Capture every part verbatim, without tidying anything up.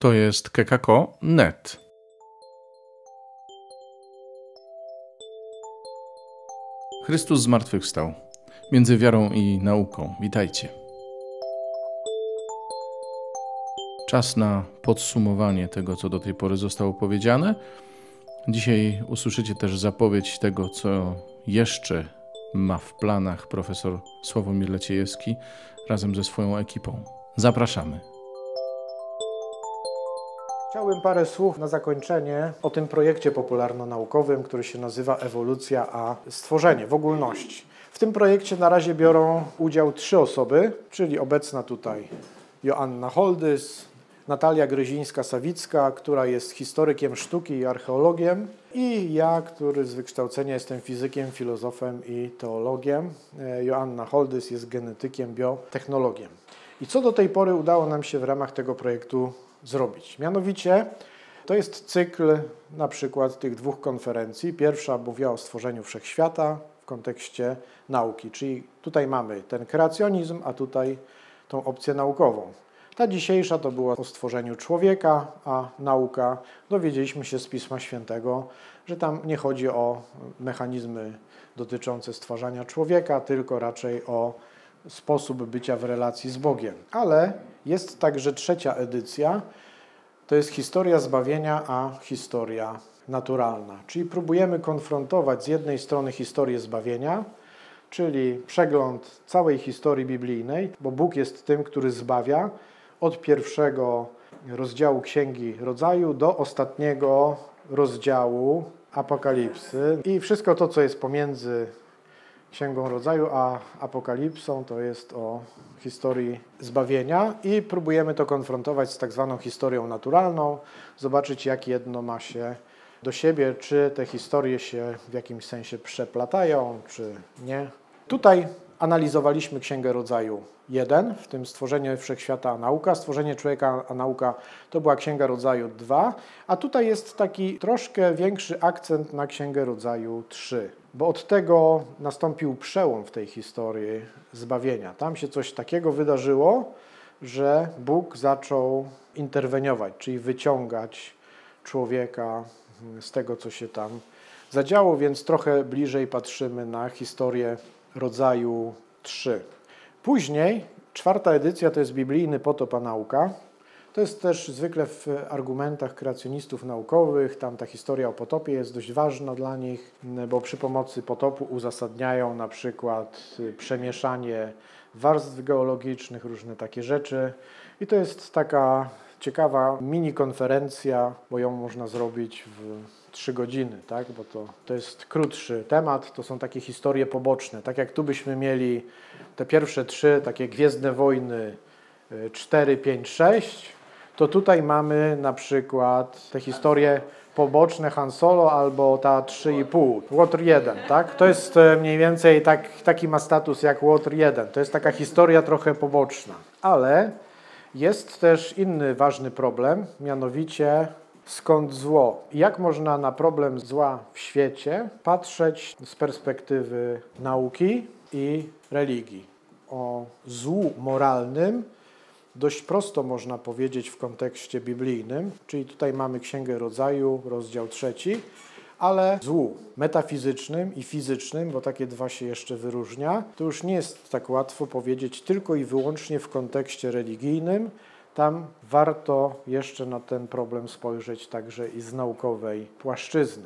To jest kekako kropka net. Chrystus zmartwychwstał. Między wiarą i nauką. Witajcie. Czas na podsumowanie tego, co do tej pory zostało powiedziane. Dzisiaj usłyszycie też zapowiedź tego, co jeszcze ma w planach profesor Sławomir Leciejewski razem ze swoją ekipą. Zapraszamy. Chciałbym parę słów na zakończenie o tym projekcie popularno-naukowym, który się nazywa Ewolucja a stworzenie w ogólności. W tym projekcie na razie biorą udział trzy osoby, czyli obecna tutaj Joanna Holdys, Natalia Gryzińska-Sawicka, która jest historykiem sztuki i archeologiem, i ja, który z wykształcenia jestem fizykiem, filozofem i teologiem. Joanna Holdys jest genetykiem, biotechnologiem. I co do tej pory udało nam się w ramach tego projektu zrobić? Mianowicie to jest cykl na przykład tych dwóch konferencji. Pierwsza mówiła o stworzeniu wszechświata w kontekście nauki, czyli tutaj mamy ten kreacjonizm, a tutaj tą opcję naukową. Ta dzisiejsza to była o stworzeniu człowieka, a nauka, dowiedzieliśmy się z Pisma Świętego, że tam nie chodzi o mechanizmy dotyczące stwarzania człowieka, tylko raczej o sposób bycia w relacji z Bogiem. Ale jest także trzecia edycja, to jest historia zbawienia, a historia naturalna. Czyli próbujemy konfrontować z jednej strony historię zbawienia, czyli przegląd całej historii biblijnej, bo Bóg jest tym, który zbawia, od pierwszego rozdziału Księgi Rodzaju do ostatniego rozdziału Apokalipsy. I wszystko to, co jest pomiędzy Księgą Rodzaju a Apokalipsą, to jest o historii zbawienia i próbujemy to konfrontować z tak zwaną historią naturalną, zobaczyć, jak jedno ma się do siebie, czy te historie się w jakimś sensie przeplatają, czy nie. Tutaj analizowaliśmy Księgę Rodzaju jeden, w tym Stworzenie Wszechświata a nauka. Stworzenie człowieka a nauka to była Księga Rodzaju dwa, a tutaj jest taki troszkę większy akcent na Księgę Rodzaju trzy, bo od tego nastąpił przełom w tej historii zbawienia. Tam się coś takiego wydarzyło, że Bóg zaczął interweniować, czyli wyciągać człowieka z tego, co się tam zadziało, więc trochę bliżej patrzymy na historię Rodzaju trzy. Później, czwarta edycja to jest biblijny potop a nauka. To jest też zwykle w argumentach kreacjonistów naukowych, tam ta historia o potopie jest dość ważna dla nich, bo przy pomocy potopu uzasadniają na przykład przemieszanie warstw geologicznych, różne takie rzeczy. I to jest taka ciekawa mini konferencja, bo ją można zrobić w trzy godziny, tak? Bo to, to jest krótszy temat, to są takie historie poboczne. Tak jak tu byśmy mieli te pierwsze trzy takie Gwiezdne Wojny cztery, pięć, sześć, to tutaj mamy na przykład te historie poboczne Han Solo albo ta trzy i pół, Łotr jeden, tak? To jest mniej więcej tak, taki ma status jak Łotr jeden. To jest taka historia trochę poboczna. Ale jest też inny ważny problem, mianowicie skąd zło? Jak można na problem zła w świecie patrzeć z perspektywy nauki i religii? O złu moralnym dość prosto można powiedzieć w kontekście biblijnym, czyli tutaj mamy Księgę Rodzaju, rozdział trzeci, ale złu metafizycznym i fizycznym, bo takie dwa się jeszcze wyróżnia, to już nie jest tak łatwo powiedzieć tylko i wyłącznie w kontekście religijnym. Tam warto jeszcze na ten problem spojrzeć także i z naukowej płaszczyzny.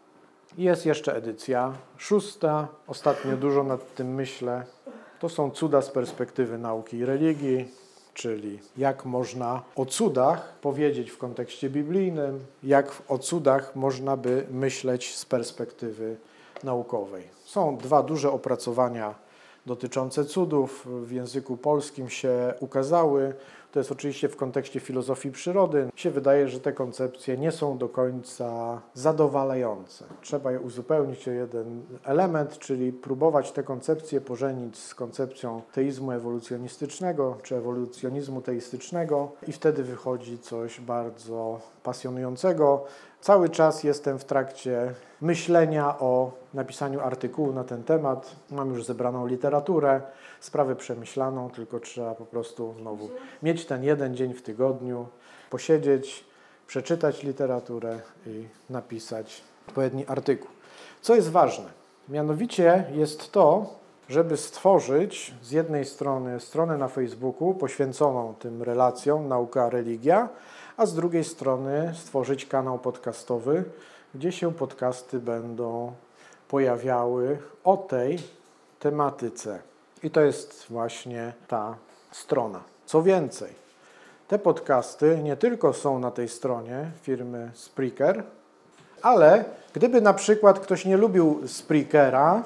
Jest jeszcze edycja szósta, ostatnio dużo nad tym myślę. To są cuda z perspektywy nauki i religii, czyli jak można o cudach powiedzieć w kontekście biblijnym, jak o cudach można by myśleć z perspektywy naukowej. Są dwa duże opracowania dotyczące cudów, w języku polskim się ukazały. To jest oczywiście w kontekście filozofii przyrody. Mi się wydaje, że te koncepcje nie są do końca zadowalające. Trzeba je uzupełnić o jeden element, czyli próbować te koncepcje pożenić z koncepcją teizmu ewolucjonistycznego czy ewolucjonizmu teistycznego i wtedy wychodzi coś bardzo pasjonującego. Cały czas jestem w trakcie myślenia o napisaniu artykułu na ten temat. Mam już zebraną literaturę, sprawę przemyślaną, tylko trzeba po prostu znowu mieć ten jeden dzień w tygodniu posiedzieć, przeczytać literaturę i napisać odpowiedni artykuł. Co jest ważne? Mianowicie jest to, żeby stworzyć z jednej strony stronę na Facebooku poświęconą tym relacjom nauka, religia, a z drugiej strony stworzyć kanał podcastowy, gdzie się podcasty będą pojawiały o tej tematyce. I to jest właśnie ta strona. Co więcej, te podcasty nie tylko są na tej stronie firmy Spreaker, ale gdyby na przykład ktoś nie lubił Spreakera,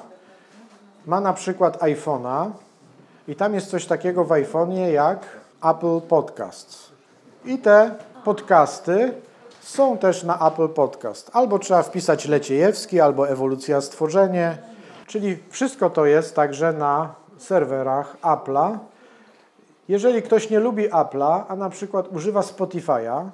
ma na przykład iPhone'a i tam jest coś takiego w iPhone'ie jak Apple Podcasts. I te podcasty są też na Apple Podcast. Albo trzeba wpisać Leciejewski, albo Ewolucja Stworzenie, czyli wszystko to jest także na serwerach Apple'a. Jeżeli ktoś nie lubi Apple'a, a na przykład używa Spotify'a,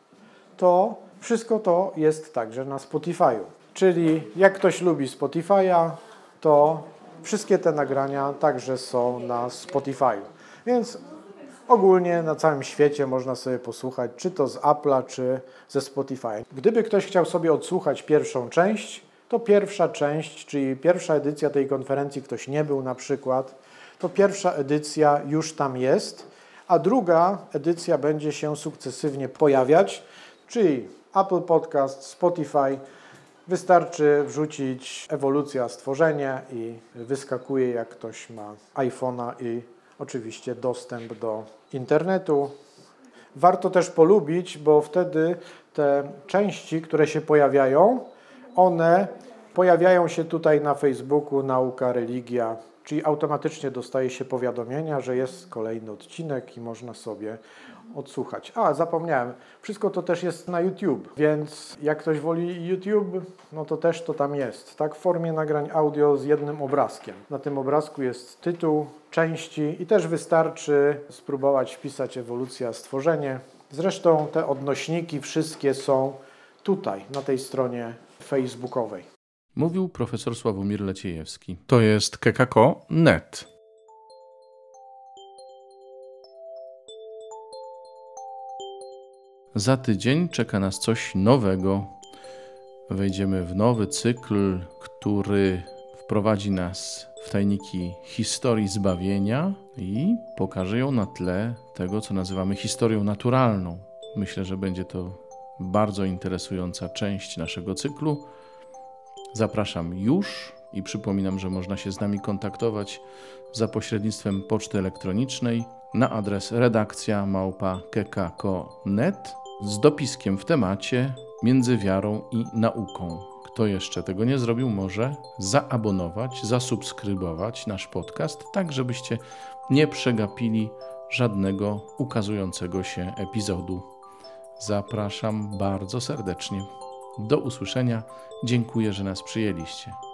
to wszystko to jest także na Spotify'u. Czyli jak ktoś lubi Spotify'a, to wszystkie te nagrania także są na Spotify'u. Więc ogólnie na całym świecie można sobie posłuchać, czy to z Apple'a, czy ze Spotify. Gdyby ktoś chciał sobie odsłuchać pierwszą część, to pierwsza część, czyli pierwsza edycja tej konferencji, ktoś nie był na przykład, to pierwsza edycja już tam jest, a druga edycja będzie się sukcesywnie pojawiać, czyli Apple Podcast, Spotify. Wystarczy wrzucić Ewolucja Stworzenie i wyskakuje, jak ktoś ma iPhone'a i oczywiście dostęp do internetu. Warto też polubić, bo wtedy te części, które się pojawiają, one pojawiają się tutaj na Facebooku Nauka, Religia, czyli automatycznie dostaje się powiadomienia, że jest kolejny odcinek i można sobie odsłuchać. A, zapomniałem, wszystko to też jest na YouTube, więc jak ktoś woli YouTube, no to też to tam jest, tak, w formie nagrań audio z jednym obrazkiem. Na tym obrazku jest tytuł części i też wystarczy spróbować wpisać Ewolucja, Stworzenie. Zresztą te odnośniki wszystkie są tutaj, na tej stronie facebookowej. Mówił profesor Sławomir Leciejewski. To jest k k k kropka net. Za tydzień czeka nas coś nowego. Wejdziemy w nowy cykl, który wprowadzi nas w tajniki historii zbawienia i pokaże ją na tle tego, co nazywamy historią naturalną. Myślę, że będzie to bardzo interesująca część naszego cyklu. Zapraszam już i przypominam, że można się z nami kontaktować za pośrednictwem poczty elektronicznej na adres redakcja małpa k k k kropka net z dopiskiem w temacie między wiarą i nauką. Kto jeszcze tego nie zrobił, może zaabonować, zasubskrybować nasz podcast, tak żebyście nie przegapili żadnego ukazującego się epizodu. Zapraszam bardzo serdecznie. Do usłyszenia. Dziękuję, że nas przyjęliście.